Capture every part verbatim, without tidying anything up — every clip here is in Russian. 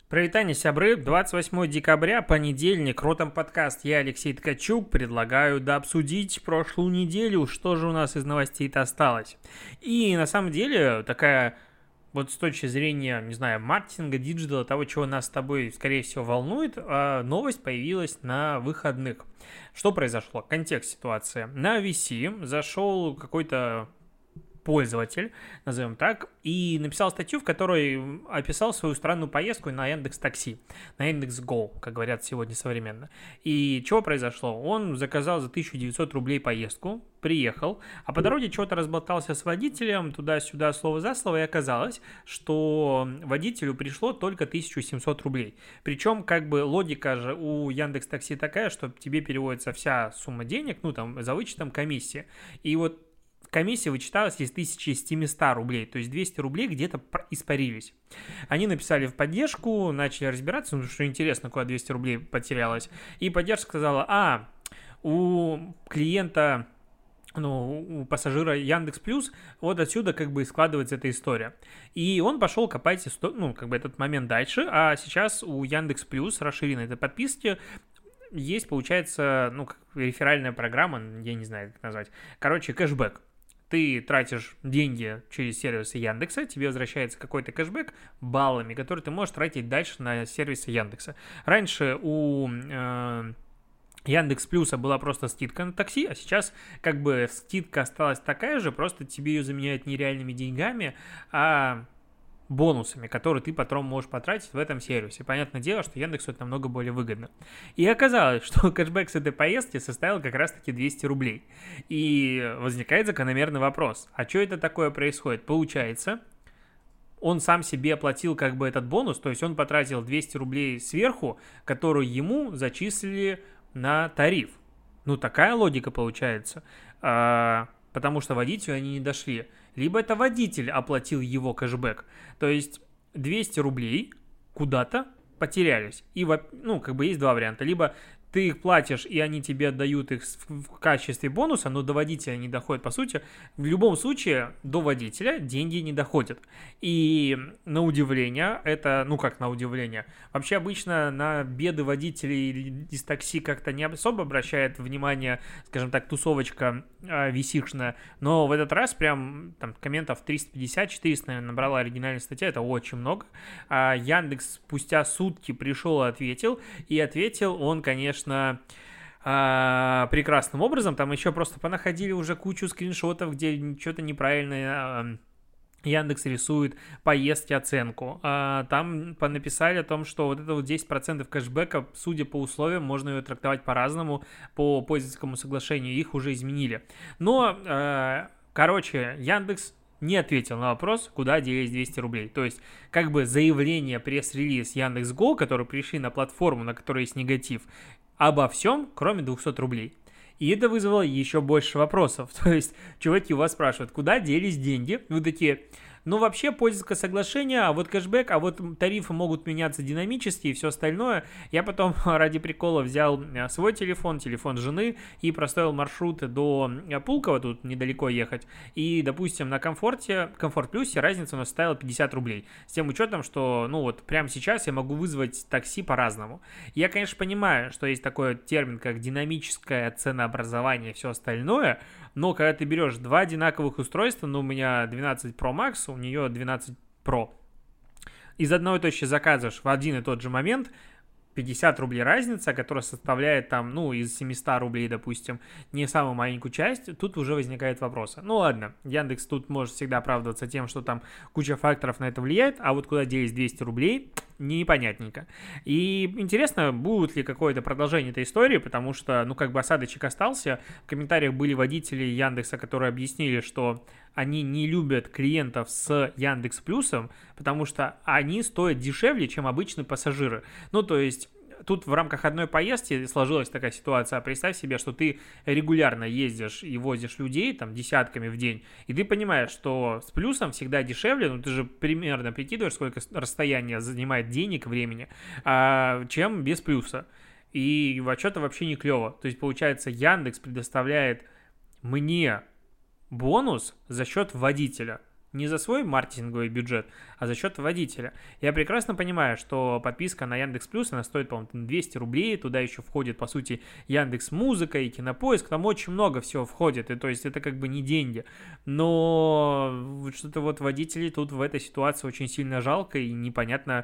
Привет, сябры, двадцать восьмое декабря, понедельник, Ротом подкаст, я Алексей Ткачук, предлагаю да обсудить прошлую неделю, что же у нас из новостей-то осталось. И на самом деле такая вот с точки зрения, не знаю, маркетинга, диджитала, того, чего нас с тобой, скорее всего, волнует, новость появилась на выходных. Что произошло? Контекст ситуации. На ви си зашел какой-то пользователь, назовем так, и написал статью, в которой описал свою странную поездку на Яндекс.Такси, на Яндекс.Го, как говорят сегодня современно. И что произошло? Он заказал за тысячу девятьсот рублей поездку, приехал, а по дороге чего-то разболтался с водителем, туда-сюда, слово за слово, и оказалось, что водителю пришло только тысяча семьсот рублей. Причем, как бы, логика же у Яндекс.Такси такая, что тебе переводится вся сумма денег, ну, там, за вычетом комиссии. И вот комиссия вычиталась из тысячи семисот рублей, то есть двести рублей где-то испарились. Они написали в поддержку, начали разбираться, ну что интересно, куда двести рублей потерялось. И поддержка сказала, а, у клиента, ну, у пассажира Яндекс Плюс, вот отсюда как бы складывается эта история. И он пошел копать, ну, как бы этот момент дальше, а сейчас у Яндекс Плюс расширенной этой подписки есть, получается, ну, как реферальная программа, я не знаю, как назвать, короче, кэшбэк. Ты тратишь деньги через сервисы Яндекса, тебе возвращается какой-то кэшбэк баллами, который ты можешь тратить дальше на сервисы Яндекса. Раньше у э, Яндекс Плюса была просто скидка на такси, а сейчас как бы скидка осталась такая же, просто тебе ее заменяют не реальными деньгами, а бонусами, которые ты потом можешь потратить в этом сервисе. Понятное дело, что Яндексу это намного более выгодно. И оказалось, что кэшбэк с этой поездки составил как раз-таки двести рублей. И возникает закономерный вопрос. А что это такое происходит? Получается, он сам себе оплатил как бы этот бонус, то есть он потратил двести рублей сверху, которую ему зачислили на тариф. Ну, такая логика получается. А, потому что водителю они не дошли. Либо это водитель оплатил его кэшбэк. То есть двести рублей куда-то потерялись. И, ну, как бы есть два варианта. Либо ты их платишь, и они тебе отдают их в качестве бонуса, но до водителя не доходят. По сути, в любом случае до водителя деньги не доходят. И на удивление, это, ну как на удивление, вообще обычно на беды водителей из такси как-то не особо обращает внимание, скажем так, тусовочка э, висишная, но в этот раз прям там комментов триста пятьдесят четыреста, наверное, набрала оригинальная статья, это очень много. А Яндекс спустя сутки пришел и ответил, и ответил он, конечно, Конечно, прекрасным образом. Там еще просто понаходили уже кучу скриншотов, где что-то неправильное Яндекс рисует поездки, оценку. Там понаписали о том, что вот это вот десять процентов кэшбэка, судя по условиям, можно ее трактовать по-разному по пользовательскому соглашению. Их уже изменили. Но, короче, Яндекс не ответил на вопрос, куда делись двести рублей. То есть, как бы заявление, пресс-релиз Яндекс.Го, которые пришли на платформу, на которой есть негатив, обо всем, кроме двухсот рублей. И это вызвало еще больше вопросов. То есть, чуваки у вас спрашивают, куда делись деньги? Вы такие, ну вообще пользовательское соглашение, а вот кэшбэк, а вот тарифы могут меняться динамически и все остальное. Я потом ради прикола взял свой телефон, телефон жены и проставил маршрут до Пулково, тут недалеко ехать. И, допустим, на Комфорте, Комфорт Плюсе разница у нас составила пятьдесят рублей. С тем учетом, что, ну вот, прямо сейчас я могу вызвать такси по-разному. Я, конечно, понимаю, что есть такой термин, как динамическое ценообразование и все остальное, но когда ты берешь два одинаковых устройства, ну, у меня двенадцать Pro Max, у нее двенадцать Pro, из одной точки заказываешь в один и тот же момент, пятьдесят рублей разница, которая составляет там, ну, из семисот рублей, допустим, не самую маленькую часть, тут уже возникает вопрос. Ну ладно, Яндекс тут может всегда оправдываться тем, что там куча факторов на это влияет, а вот куда делись двести рублей, непонятненько. И интересно, будет ли какое-то продолжение этой истории, потому что, ну, как бы осадочек остался. В комментариях были водители Яндекса, которые объяснили, что они не любят клиентов с Яндекс Плюсом, потому что они стоят дешевле, чем обычные пассажиры. Ну, то есть тут в рамках одной поездки сложилась такая ситуация. Представь себе, что ты регулярно ездишь и возишь людей там десятками в день, и ты понимаешь, что с плюсом всегда дешевле, ну ты же примерно прикидываешь, сколько расстояние занимает денег, времени, а, чем без плюса. И что-то вообще не клево. То есть, получается, Яндекс предоставляет мне бонус за счет водителя. не за свой маркетинговый бюджет, а за счет водителя. Я прекрасно понимаю, что подписка на Яндекс.Плюс, она стоит, по-моему, двести рублей, туда еще входит, по сути, Яндекс.Музыка и Кинопоиск, там очень много всего входит, и то есть это как бы не деньги. Но что-то вот водителей тут в этой ситуации очень сильно жалко, и непонятно,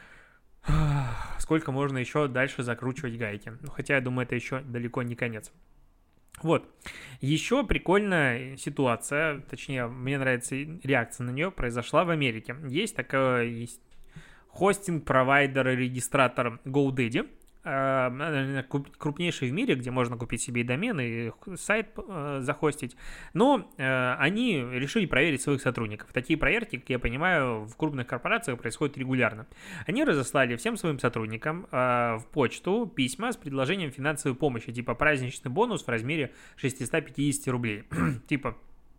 сколько можно еще дальше закручивать гайки. Ну, хотя, я думаю, это еще далеко не конец. Вот. Еще прикольная ситуация, точнее, мне нравится реакция на нее, произошла в Америке. Есть такой есть хостинг-провайдер и регистратор GoDaddy, крупнейший в мире, где можно купить себе и домен, и сайт э, захостить. Но э, они решили проверить своих сотрудников. Такие проверки, как я понимаю, в крупных корпорациях происходят регулярно. Они разослали всем своим сотрудникам э, в почту письма с предложением финансовой помощи, типа праздничный бонус в размере шестьсот пятьдесят рублей. Типа,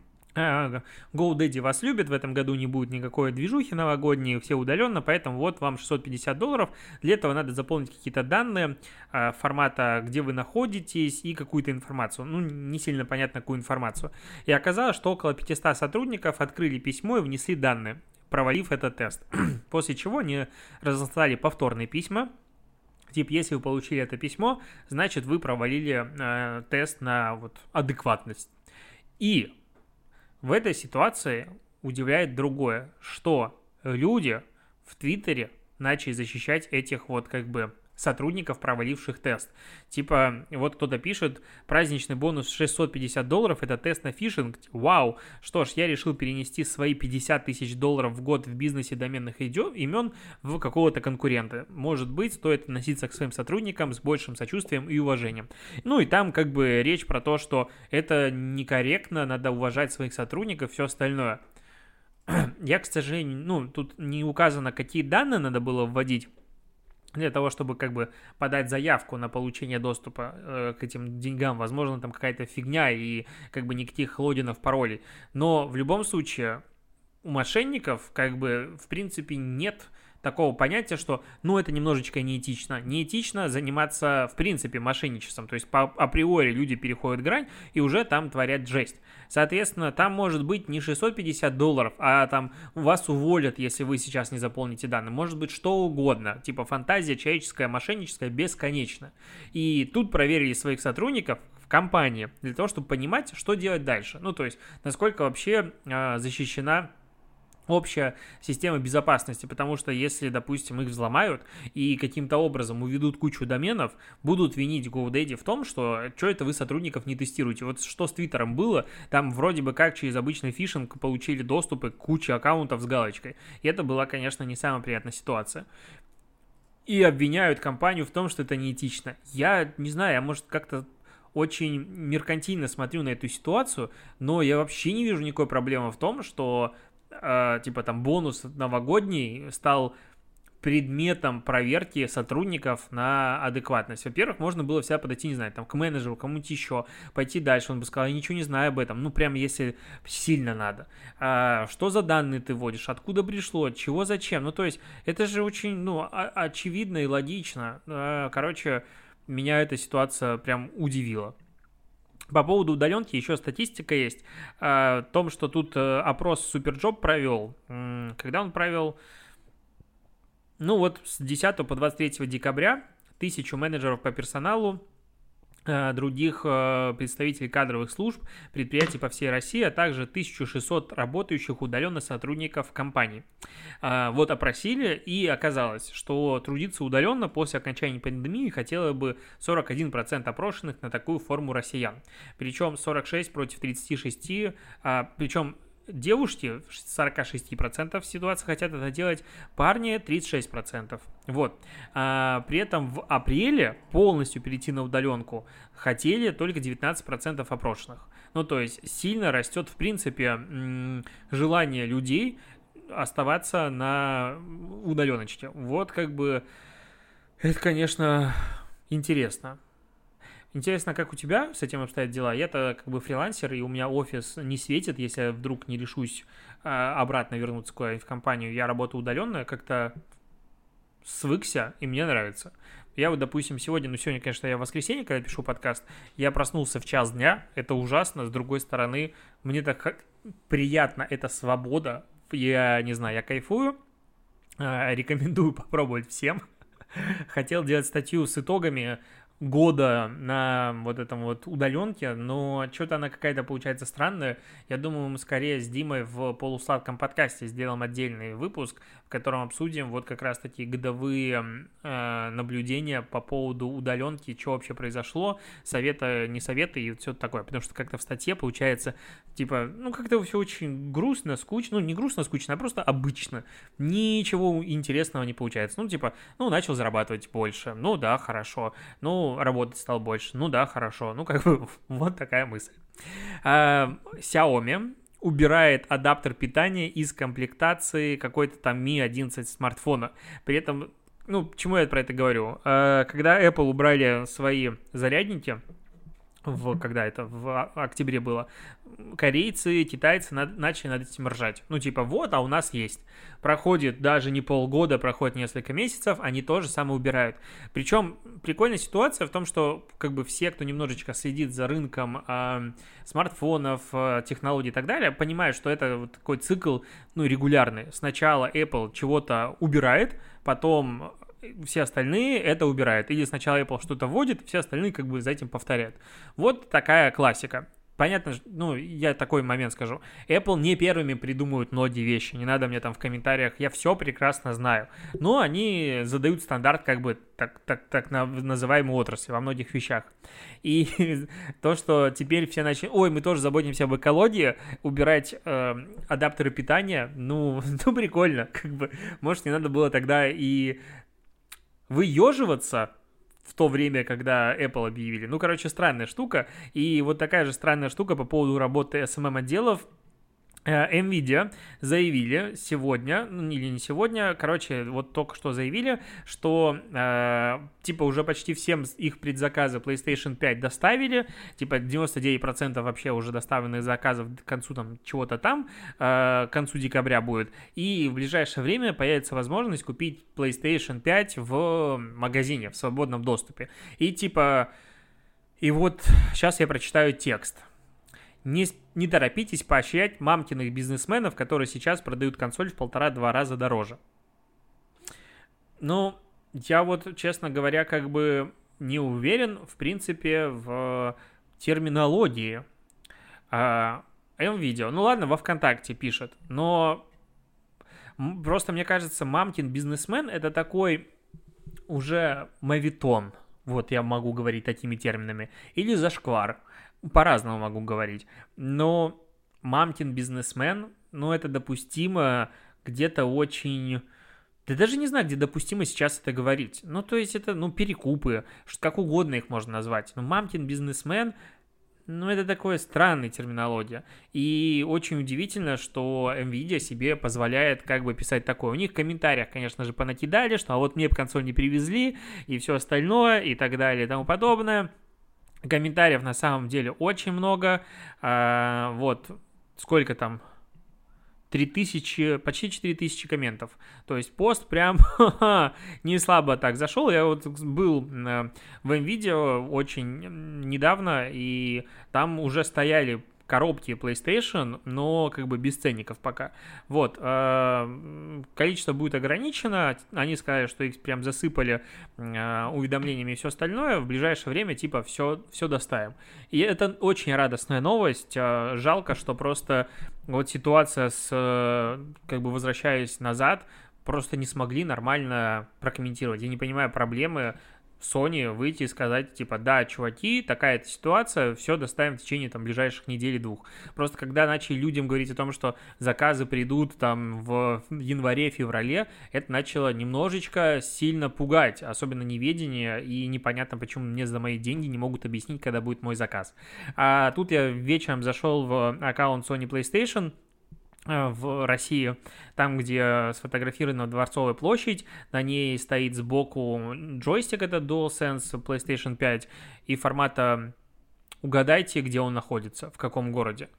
GoDaddy вас любит, в этом году не будет никакой движухи новогодней, все удаленно, поэтому вот вам шестьсот пятьдесят долларов. Для этого надо заполнить какие-то данные э, формата, где вы находитесь, и какую-то информацию. Ну, не сильно понятно, какую информацию. И оказалось, что около пятьсот сотрудников открыли письмо и внесли данные, провалив этот тест. После чего они разослали повторные письма. Типа, если вы получили это письмо, значит, вы провалили э, тест на вот, адекватность. И в этой ситуации удивляет другое, что люди в Твиттере начали защищать этих вот как бы сотрудников, проваливших тест. Типа, вот кто-то пишет, праздничный бонус шестьсот пятьдесят долларов, это тест на фишинг. Вау! Что ж, я решил перенести свои пятьдесят тысяч долларов в год в бизнесе доменных имен в какого-то конкурента. Может быть, стоит относиться к своим сотрудникам с большим сочувствием и уважением. Ну и там как бы речь про то, что это некорректно, надо уважать своих сотрудников, все остальное. Я, к сожалению, ну, тут не указано, какие данные надо было вводить для того, чтобы как бы подать заявку на получение доступа э, к этим деньгам. Возможно, там какая-то фигня и как бы никаких логинов, паролей. Но в любом случае у мошенников как бы в принципе нет такого понятия, что, ну, это немножечко неэтично. Неэтично заниматься, в принципе, мошенничеством. То есть, по априори люди переходят грань и уже там творят жесть. Соответственно, там может быть не шестьсот пятьдесят долларов, а там вас уволят, если вы сейчас не заполните данные. Может быть что угодно. Типа фантазия человеческая, мошенническая, бесконечна. И тут проверили своих сотрудников в компании для того, чтобы понимать, что делать дальше. Ну, то есть, насколько вообще э, защищена общая система безопасности, потому что если, допустим, их взломают и каким-то образом уведут кучу доменов, будут винить GoDaddy в том, что что это вы сотрудников не тестируете. Вот что с Твиттером было, там вроде бы как через обычный фишинг получили доступы к куче аккаунтов с галочкой. И это была, конечно, не самая приятная ситуация. И обвиняют компанию в том, что это неэтично. Я не знаю, я, может, как-то очень меркантильно смотрю на эту ситуацию, но я вообще не вижу никакой проблемы в том, что Uh, типа там бонус новогодний стал предметом проверки сотрудников на адекватность. Во-первых, можно было всегда подойти, не знаю, там, к менеджеру, кому-нибудь еще, пойти дальше. Он бы сказал, я ничего не знаю об этом. Ну, прям если сильно надо. А, что за данные ты вводишь? Откуда пришло? Чего, зачем? Ну, то есть, это же очень, ну, очевидно и логично. А, короче, меня эта ситуация прям удивила. По поводу удаленки еще статистика есть о том, что тут опрос Superjob провел. Когда он провел, ну вот с десятого по двадцать третьего декабря тысячу менеджеров по персоналу, других представителей кадровых служб, предприятий по всей России, а также тысяча шестьсот работающих удаленно сотрудников компании. Вот опросили, и оказалось, что трудиться удаленно после окончания пандемии хотело бы сорок один процент опрошенных на такую форму россиян. Причем сорок шесть против тридцати шести, причем девушки сорок шесть процентов ситуации хотят это делать, парни тридцать шесть процентов. Вот. А, при этом в апреле полностью перейти на удаленку хотели только девятнадцать процентов опрошенных. Ну, то есть сильно растет, в принципе, м- желание людей оставаться на удаленочке. Вот как бы это, конечно, интересно. Интересно, как у тебя с этим обстоят дела? Я-то как бы фрилансер, и у меня офис не светит, если я вдруг не решусь а, обратно вернуться куда-нибудь в компанию. Я работаю удаленно, как-то свыкся, и мне нравится. Я вот, допустим, сегодня, ну сегодня, конечно, я в воскресенье, когда пишу подкаст, я проснулся в час дня, это ужасно, с другой стороны, мне так приятно, это свобода. Я не знаю, я кайфую. Рекомендую попробовать всем. Хотел делать статью с итогами года на вот этом вот удаленке, но что-то она какая-то получается странная. Я думаю, мы скорее с Димой в полусладком подкасте сделаем отдельный выпуск, в котором обсудим вот как раз такие годовые э, наблюдения по поводу удаленки, что вообще произошло, советы, не советы и все такое, потому что как-то в статье получается, типа, ну как-то все очень грустно, скучно, ну не грустно, скучно, а просто обычно, ничего интересного не получается, ну типа, ну начал зарабатывать больше, ну да, хорошо, ну работать стал больше, ну да, хорошо, ну как бы вот такая мысль. А, Xiaomi убирает адаптер питания из комплектации какой-то там ми одиннадцать смартфона. При этом, ну, почему я про это говорю? А, когда Apple убрали свои зарядники, в, когда это, в октябре было, корейцы, китайцы на, начали над этим ржать. Ну, типа, вот, а у нас есть. Проходит даже не полгода, проходит несколько месяцев, они тоже самое убирают. Причем прикольная ситуация в том, что как бы все, кто немножечко следит за рынком э, смартфонов, э, технологий и так далее, понимают, что это вот такой цикл, ну, регулярный. Сначала Apple чего-то убирает, потом все остальные это убирают. Или сначала Apple что-то вводит, все остальные как бы за этим повторяют. Вот такая классика. Понятно, ну, я такой момент скажу. Apple не первыми придумывают многие вещи. Не надо мне там в комментариях, я все прекрасно знаю. Но они задают стандарт как бы так, так, так называемой отрасли во многих вещах. И то, что теперь все начали, ой, мы тоже заботимся об экологии, убирать э, адаптеры питания, ну, ну, прикольно. Как бы, может, не надо было тогда и выеживаться в то время, когда Apple объявили. Ну, короче, странная штука. И вот такая же странная штука по поводу работы эс эм эм-отделов. NVIDIA заявили сегодня, ну или не сегодня, короче, вот только что заявили, что э, типа уже почти всем их предзаказы PlayStation пять доставили, типа девяносто девять процентов вообще уже доставленных заказов к концу там чего-то там, э, к концу декабря будет, и в ближайшее время появится возможность купить PlayStation пять в магазине, в свободном доступе. И типа, и вот сейчас я прочитаю текст. Не, не торопитесь поощрять мамкиных бизнесменов, которые сейчас продают консоль в полтора-два раза дороже. Ну, я вот, честно говоря, как бы не уверен, в принципе, в терминологии а, NVIDIA. Ну ладно, во ВКонтакте пишет, но просто мне кажется, мамкин бизнесмен — это такой уже моветон. Вот я могу говорить такими терминами. Или зашквар. По-разному могу говорить. Но мамкин бизнесмен, ну, это допустимо где-то очень... Да даже не знаю, где допустимо сейчас это говорить. Ну, то есть это, ну, перекупы, как угодно их можно назвать. Но мамкин бизнесмен, ну, это такое странная терминология. И очень удивительно, что NVIDIA себе позволяет как бы писать такое. У них в комментариях, конечно же, понакидали, что а вот мне консоль не привезли, и все остальное, и так далее, и тому подобное. Комментариев на самом деле очень много. А, вот, сколько там? три тысячи, почти четыре тысячи комментов. То есть пост прям не слабо так зашел. Я вот был в NVIDIA очень недавно, и там уже стояли коробки PlayStation, но как бы без ценников пока. Вот. Количество будет ограничено. Они сказали, что их прям засыпали уведомлениями и все остальное. В ближайшее время типа все, все доставим. И это очень радостная новость. Жалко, что просто вот ситуация с, как бы возвращаясь назад, просто не смогли нормально прокомментировать. Я не понимаю проблемы Sony выйти и сказать, типа, да, чуваки, такая-то ситуация, все доставим в течение там ближайших недели-двух. Просто когда начали людям говорить о том, что заказы придут там в январе-феврале, это начало немножечко сильно пугать, особенно неведение, и непонятно, почему мне за мои деньги не могут объяснить, когда будет мой заказ. А тут я вечером зашел в аккаунт Sony PlayStation в России, там, где сфотографирована Дворцовая площадь, на ней стоит сбоку джойстик, это DualSense PlayStation пять, и формата угадайте, где он находится, в каком городе.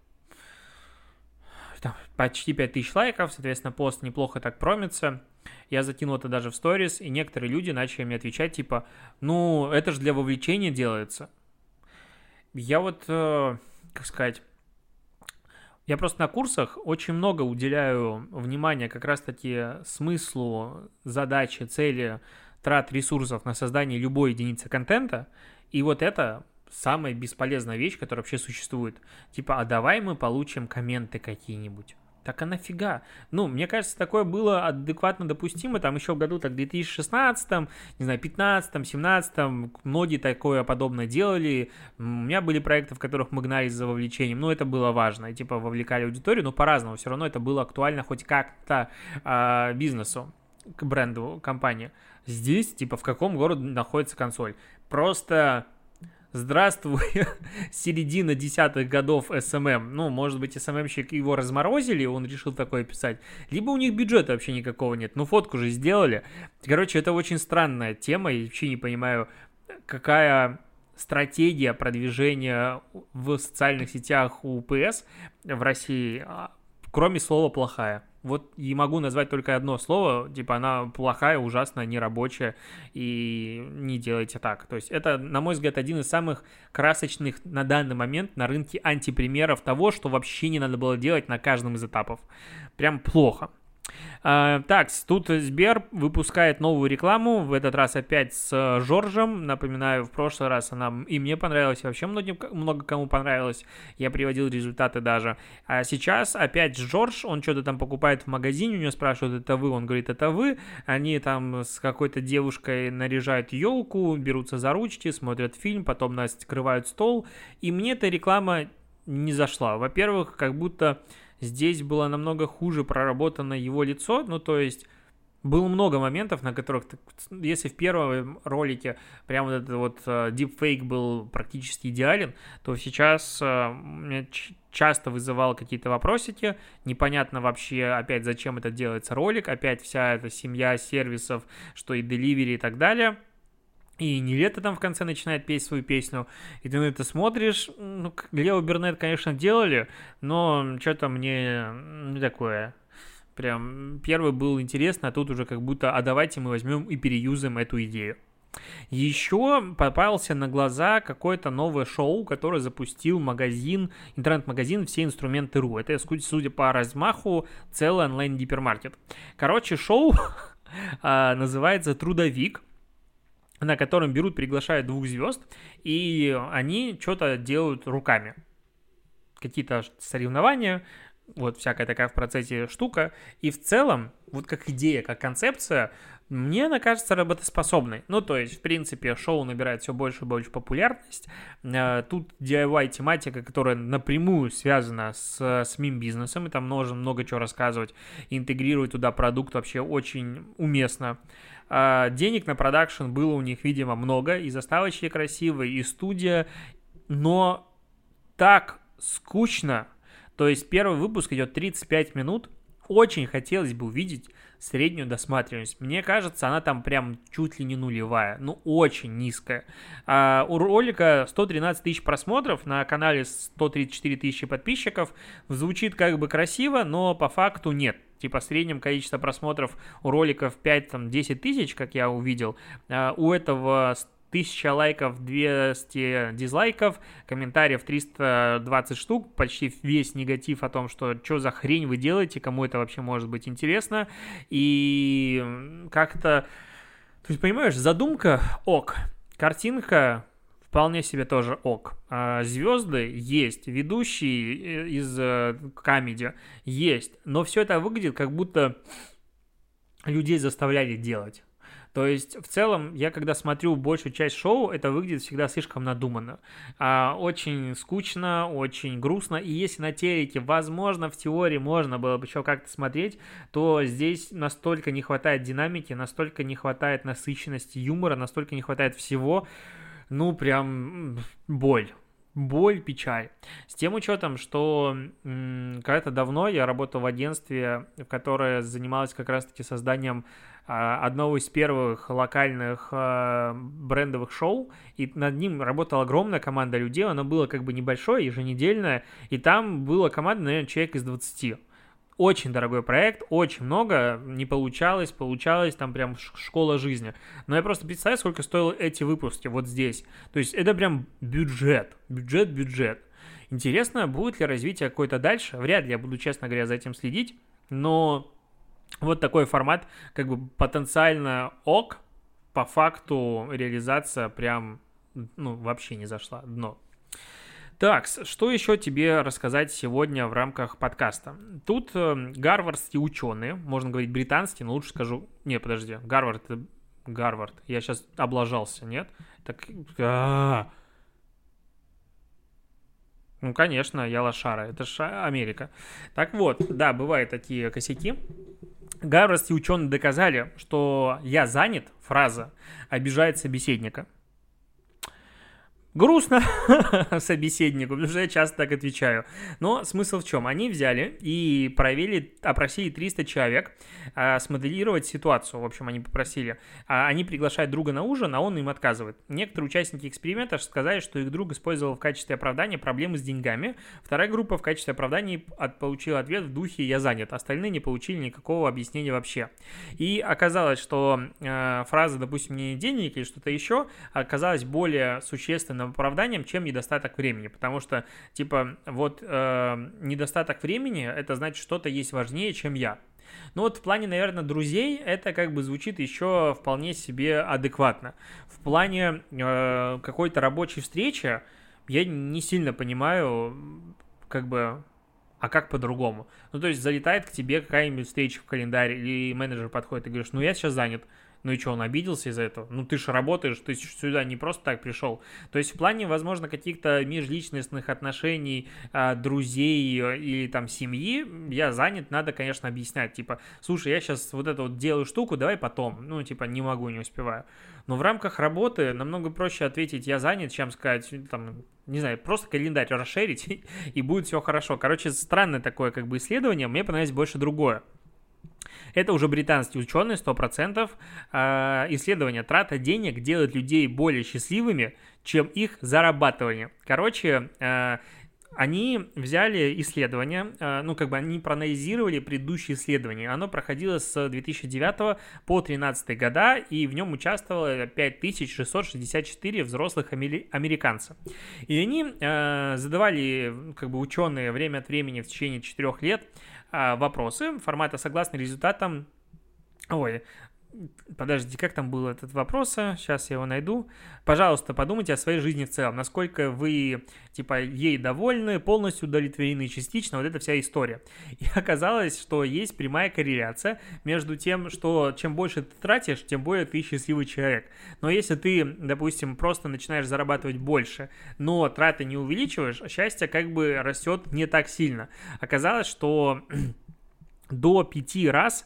Там почти пять тысяч лайков, соответственно, пост неплохо так промится. Я закинул это даже в сторис, и некоторые люди начали мне отвечать, типа, ну, это же для вовлечения делается. Я вот, э, как сказать... Я просто на курсах очень много уделяю внимания как раз-таки смыслу, задаче, цели, трат ресурсов на создание любой единицы контента, и вот это самая бесполезная вещь, которая вообще существует. Типа, а давай мы получим комменты какие-нибудь. Так а нафига? Ну, мне кажется, такое было адекватно допустимо, там еще в году так две тысячи шестнадцатом, не знаю, пятнадцатом, семнадцатом, многие такое подобное делали, у меня были проекты, в которых мы гнались за вовлечением, ну, это было важно, и, типа, вовлекали аудиторию, но по-разному, все равно это было актуально хоть как-то а, бизнесу, к бренду, компании. Здесь, типа, в каком городе находится консоль? Просто... Здравствуй, середина десятых годов эс эм эм. Ну, может быть, эс эм эм-щик его разморозили, он решил такое писать. Либо у них бюджета вообще никакого нет. Ну, фотку же сделали. Короче, это очень странная тема. Я вообще не понимаю, какая стратегия продвижения в социальных сетях у пи эс в России, кроме слова «плохая». Вот и могу назвать только одно слово, типа она плохая, ужасная, нерабочая, и не делайте так. То есть это, на мой взгляд, один из самых красочных на данный момент на рынке антипримеров того, что вообще не надо было делать на каждом из этапов. Прям плохо. А, так, тут Сбер выпускает новую рекламу, в этот раз опять с Жоржем. Напоминаю, в прошлый раз она и мне понравилась, и вообще многим, много кому понравилось. Я приводил результаты даже. А сейчас опять Жорж, он что-то там покупает в магазине, у него спрашивают, это вы? Он говорит, это вы. Они там с какой-то девушкой наряжают елку, берутся за ручки, смотрят фильм, потом накрывают стол. И мне эта реклама не зашла. Во-первых, как будто... Здесь было намного хуже проработано его лицо, ну, то есть было много моментов, на которых, если в первом ролике прям вот этот вот дипфейк был практически идеален, то сейчас меня часто вызывал какие-то вопросики, непонятно вообще опять, зачем это делается ролик, опять вся эта семья сервисов, что и деливери и так далее. И Нилетто там в конце начинает петь свою песню, и ты на это смотришь, ну, Лео Бернет, конечно, делали, но что-то мне не такое. Прям первый был интересно, а тут уже как будто, а давайте мы возьмем и переюзаем эту идею. Еще попался на глаза какое-то новое шоу, которое запустил магазин, интернет-магазин «Все инструменты точка ру». Это, судя по размаху, целый онлайн-гипермаркет. Короче, шоу называется «Трудовик», на котором берут, приглашают двух звезд, и они что-то делают руками. Какие-то соревнования, вот всякая такая в процессе штука. И в целом, вот как идея, как концепция, мне она кажется работоспособной. Ну, то есть, в принципе, шоу набирает все больше и больше популярность. Тут ди ай вай-тематика, которая напрямую связана с, с мим-бизнесом, и там можно много чего рассказывать, интегрировать туда продукт вообще очень уместно. Денег на продакшн было у них, видимо, много, и заставочки красивые, и студия, но так скучно. То есть первый выпуск идет тридцать пять минут, очень хотелось бы увидеть среднюю досматриваемость. Мне кажется, она там прям чуть ли не нулевая, ну очень низкая. А у ролика сто тринадцать тысяч просмотров, на канале сто тридцать четыре тысячи подписчиков, звучит как бы красиво, но по факту нет. Типа в среднем количество просмотров у роликов пять-десять тысяч, как я увидел, а у этого тысяча лайков, двести дизлайков, комментариев триста двадцать штук, почти весь негатив о том, что что за хрень вы делаете, кому это вообще может быть интересно, и как-то, то есть, понимаешь, задумка ок, картинка вполне себе тоже ок, а звезды есть, ведущие из комедии есть, но все это выглядит, как будто людей заставляли делать. То есть, в целом, я когда смотрю большую часть шоу, это выглядит всегда слишком надуманно. А, очень скучно, очень грустно. И если на телеке, возможно, в теории можно было бы еще как-то смотреть, то здесь настолько не хватает динамики, настолько не хватает насыщенности юмора, настолько не хватает всего. Ну, прям боль. Боль, печаль. С тем учетом, что м- когда-то давно я работал в агентстве, которое занималось как раз-таки созданием а, одного из первых локальных а, брендовых шоу, и над ним работала огромная команда людей, оно было как бы небольшое, еженедельное, и там была команда, наверное, человек из двадцати. Очень дорогой проект, очень много, не получалось, получалось, там прям школа жизни. Но я просто представляю, сколько стоило эти выпуски вот здесь. То есть это прям бюджет, бюджет, бюджет. Интересно, будет ли развитие какое-то дальше? Вряд ли я буду, честно говоря, за этим следить, но вот такой формат, как бы потенциально ок, по факту реализация прям, ну, вообще не зашла, дно. Так, что еще тебе рассказать сегодня в рамках подкаста? Тут э, гарвардские ученые, можно говорить британские, но лучше скажу... Не, подожди, Гарвард, Гарвард, я сейчас облажался, нет? Так... А-а-а. Ну, конечно, я лошара, это же Америка. Так вот, да, бывают такие косяки. Гарвардские ученые доказали, что «я занят» фраза обижает собеседника. Грустно собеседнику, потому что я часто так отвечаю. Но смысл в чем? Они взяли и провели, опросили триста человек а, смоделировать ситуацию. В общем, они попросили. А, они приглашают друга на ужин, а он им отказывает. Некоторые участники эксперимента сказали, что их друг использовал в качестве оправдания проблемы с деньгами. Вторая группа в качестве оправдания от, получила ответ в духе «я занят». Остальные не получили никакого объяснения вообще. И оказалось, что э, фраза, допустим, «не денег» или что-то еще, оказалась более существенной оправданием, чем недостаток времени, потому что, типа, вот э, недостаток времени, это значит, что-то есть важнее, чем я. Ну вот в плане, наверное, друзей это как бы звучит еще вполне себе адекватно. В плане э, какой-то рабочей встречи я не сильно понимаю, как бы, а как по-другому. Ну то есть залетает к тебе какая-нибудь встреча в календарь, или менеджер подходит и говоришь, ну я сейчас занят. Ну и что, он обиделся из-за этого? Ну ты же работаешь, ты сюда не просто так пришел. То есть в плане, возможно, каких-то межличностных отношений, друзей или там семьи, я занят, надо, конечно, объяснять. Типа, слушай, я сейчас вот эту вот делаю штуку, давай потом. Ну, типа, не могу, не успеваю. Но в рамках работы намного проще ответить «я занят», чем сказать, там, не знаю, просто календарь расширить, и будет все хорошо. Короче, странное такое как бы исследование, мне понравилось больше другое. Это уже британские ученые, сто процентов. Э, исследование «Трата денег делает людей более счастливыми, чем их зарабатывание». Короче, э, они взяли исследование, э, ну, как бы они проанализировали предыдущее исследование. Оно проходило с две тысячи девятого по две тысячи тринадцатый года, и в нем участвовало пять тысяч шестьсот шестьдесят четыре взрослых американцев. И они э, задавали, как бы, ученые время от времени в течение четырех лет вопросы формата согласно результатам... Ой, подождите, как там был этот вопрос? Сейчас я его найду. Пожалуйста, подумайте о своей жизни в целом. Насколько вы, типа, ей довольны, полностью удовлетворены частично. Вот эта вся история. И оказалось, что есть прямая корреляция между тем, что чем больше ты тратишь, тем более ты счастливый человек. Но если ты, допустим, просто начинаешь зарабатывать больше, но траты не увеличиваешь, счастье как бы растет не так сильно. Оказалось, что до пяти раз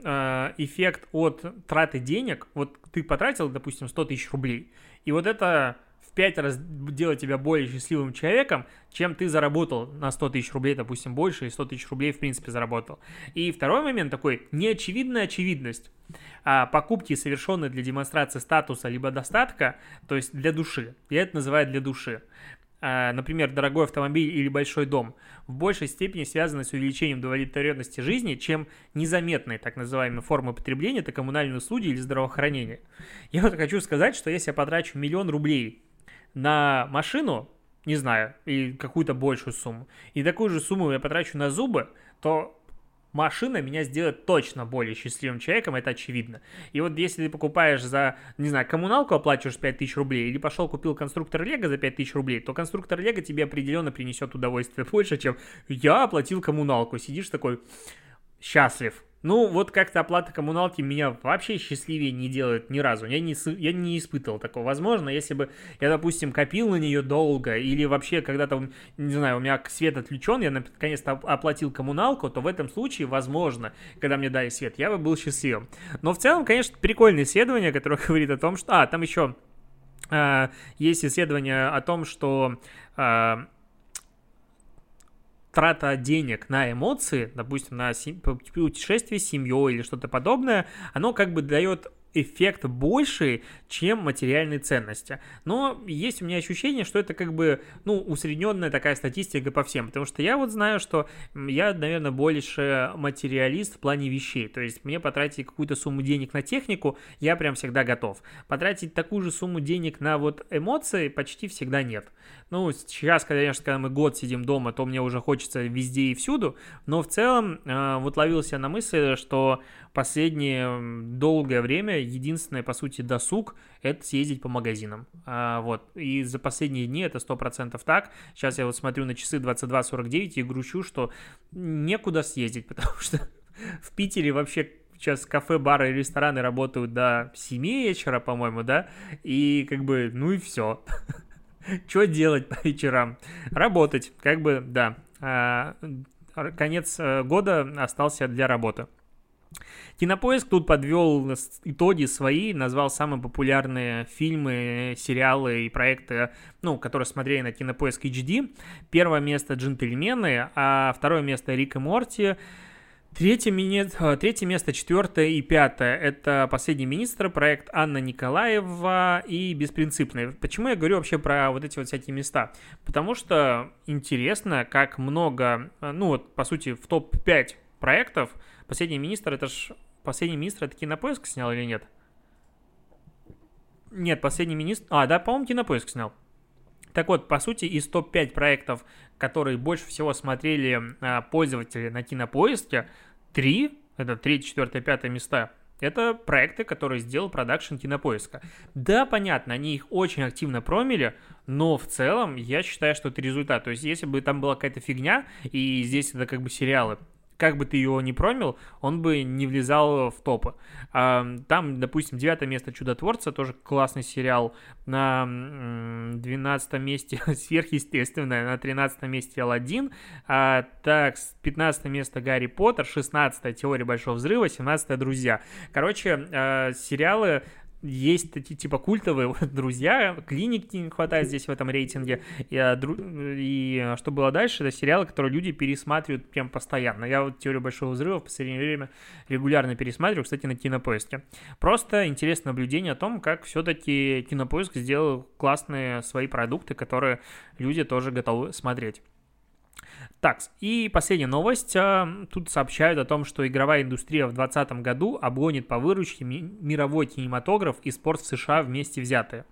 эффект от траты денег, вот ты потратил, допустим, сто тысяч рублей, и вот это в пять раз делает тебя более счастливым человеком, чем ты заработал на сто тысяч рублей, допустим, больше, и сто тысяч рублей, в принципе, заработал. И второй момент такой, неочевидная очевидность. А покупки, совершенные для демонстрации статуса либо достатка, то есть для души, я это называю для души, например, дорогой автомобиль или большой дом, в большей степени связаны с увеличением удовлетворенности жизни, чем незаметные так называемые формы потребления, это коммунальные услуги или здравоохранение. Я вот хочу сказать, что если я потрачу миллион рублей на машину, не знаю, или какую-то большую сумму, и такую же сумму я потрачу на зубы, то машина меня сделает точно более счастливым человеком, это очевидно. И вот если ты покупаешь за, не знаю, коммуналку, оплачиваешь пять тысяч рублей, или пошел купил конструктор Лего за пять тысяч рублей, то конструктор Лего тебе определенно принесет удовольствие больше, чем я оплатил коммуналку. Сидишь такой счастлив. Ну, вот как-то оплата коммуналки меня вообще счастливее не делает ни разу. Я не, я не испытывал такого. Возможно, если бы я, допустим, копил на нее долго, или вообще когда-то, не знаю, у меня свет отключен, я наконец-то оплатил коммуналку, то в этом случае, возможно, когда мне дали свет, я бы был счастливым. Но в целом, конечно, прикольное исследование, которое говорит о том, что... А, там еще э, есть исследование о том, что... Э, трата денег на эмоции, допустим, на путешествие с семьей или что-то подобное, оно как бы дает эффект больше, чем материальные ценности. Но есть у меня ощущение, что это как бы, ну, усредненная такая статистика по всем, потому что я вот знаю, что я, наверное, больше материалист в плане вещей, то есть мне потратить какую-то сумму денег на технику, я прям всегда готов. Потратить такую же сумму денег на вот эмоции почти всегда нет. Ну, сейчас, конечно, когда мы год сидим дома, то мне уже хочется везде и всюду, но в целом э, вот ловился на мысли, что последнее долгое время единственное, по сути, досуг – это съездить по магазинам. А, вот. И за последние дни это сто процентов так. Сейчас я вот смотрю на часы двадцать два сорок девять и грущу, что некуда съездить, потому что в Питере вообще сейчас кафе, бары и рестораны работают до семи вечера, по-моему, да, и как бы, ну и все. Что делать по вечерам? Работать, как бы, да. А, конец года остался для работы. Кинопоиск тут подвел итоги свои, назвал самые популярные фильмы, сериалы и проекты, ну, которые смотрели на Кинопоиск эйч ди. Первое место «Джентльмены», а второе место «Рик и Морти». Третье, ми... Третье место, четвертое и пятое – это «Последний министр», проект Анна Николаева и «Беспринципные». Почему я говорю вообще про вот эти вот всякие места? Потому что интересно, как много, ну вот, по сути, в топ пять проектов «Последний министр» — это ж... «Последний министр» — это Кинопоиск снял или нет? Нет, «Последний министр». А, да, по-моему, Кинопоиск снял. Так вот, по сути, из топ пять проектов, которые больше всего смотрели а, пользователи на Кинопоиске, три, это третье, четвертое, пятое места, это проекты, которые сделал продакшн Кинопоиска. Да, понятно, они их очень активно промили, но в целом я считаю, что это результат. То есть, если бы там была какая-то фигня, и здесь это как бы сериалы, как бы ты его ни промил, он бы не влезал в топы. Там, допустим, девятое место «Чудотворца», тоже классный сериал. На двенадцатом месте «Сверхъестественное», на тринадцатом месте «Аладдин». А, так, пятнадцатое место «Гарри Поттер», шестнадцатое «Теория большого взрыва», семнадцатое «Друзья». Короче, сериалы... Есть такие типа культовые вот, «Друзья», «Клиники» не хватает здесь в этом рейтинге. И, и что было дальше, это сериалы, которые люди пересматривают прям постоянно. Я вот «Теорию большого взрыва» в последнее время регулярно пересматриваю, кстати, на Кинопоиске. Просто интересное наблюдение о том, как все-таки Кинопоиск сделал классные свои продукты, которые люди тоже готовы смотреть. Так, и последняя новость. Тут сообщают о том, что игровая индустрия в двадцать двадцатом году обгонит по выручке ми- мировой кинематограф и спорт в США вместе взятые.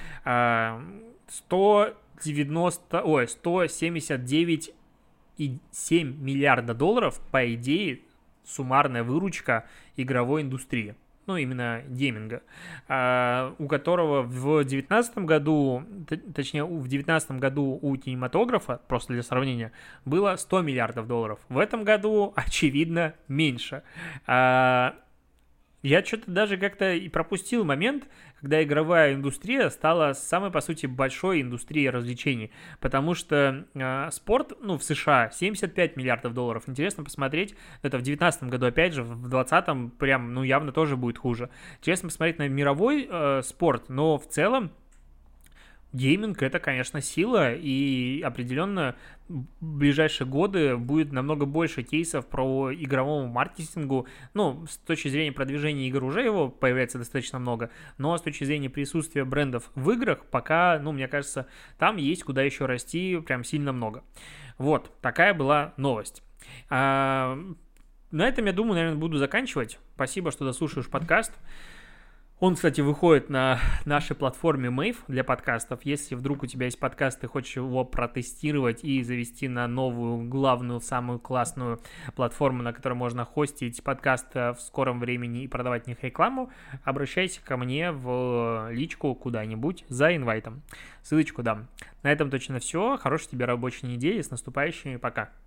сто девяносто, ой, сто семьдесят девять и семь миллиарда долларов, по идее, суммарная выручка игровой индустрии. Ну, именно гейминга, а, у которого в девятнадцатом году, т- точнее, в две тысячи девятнадцатом году у кинематографа, просто для сравнения, было сто миллиардов долларов. В этом году, очевидно, меньше. А, я что-то даже как-то и пропустил момент, когда игровая индустрия стала самой, по сути, большой индустрией развлечений, потому что э, спорт, ну, в США семьдесят пять миллиардов долларов. Интересно посмотреть, это в девятнадцатом году, опять же, в двадцатом прям, ну, явно тоже будет хуже. Интересно посмотреть на мировой э, спорт, но в целом гейминг — это, конечно, сила, и определенно в ближайшие годы будет намного больше кейсов про игровому маркетингу. Ну, с точки зрения продвижения игр уже его появляется достаточно много, но с точки зрения присутствия брендов в играх пока, ну, мне кажется, там есть куда еще расти прям сильно много. Вот, такая была новость. А, на этом, я думаю, наверное, буду заканчивать. Спасибо, что дослушаешь подкаст. Он, кстати, выходит на нашей платформе Mave для подкастов. Если вдруг у тебя есть подкаст, ты хочешь его протестировать и завести на новую, главную, самую классную платформу, на которой можно хостить подкаст в скором времени и продавать в них рекламу, обращайся ко мне в личку куда-нибудь за инвайтом. Ссылочку дам. На этом точно все. Хорошей тебе рабочей недели. С наступающими. Пока.